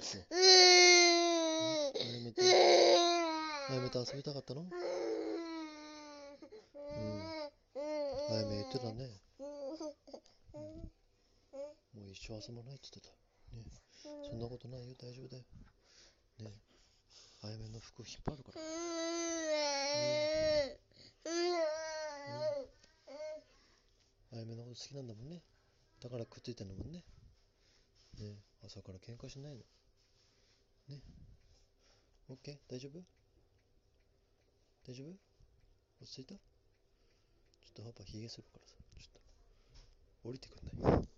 そう。あやめと遊びたかったの？あやめ言ってたね。もう一生遊ばないって言ってた。ね。そんなことないよ、大丈夫だよ。ね。あやめの服引っ張るから。あやめのこと好きなんだもんね。だからくっついてんだもんね。ね。朝から喧嘩しないの。ね。オッケー、大丈夫？大丈夫？落ち着いた？ちょっとパパひげするからさ。ちょっと降りてくんない？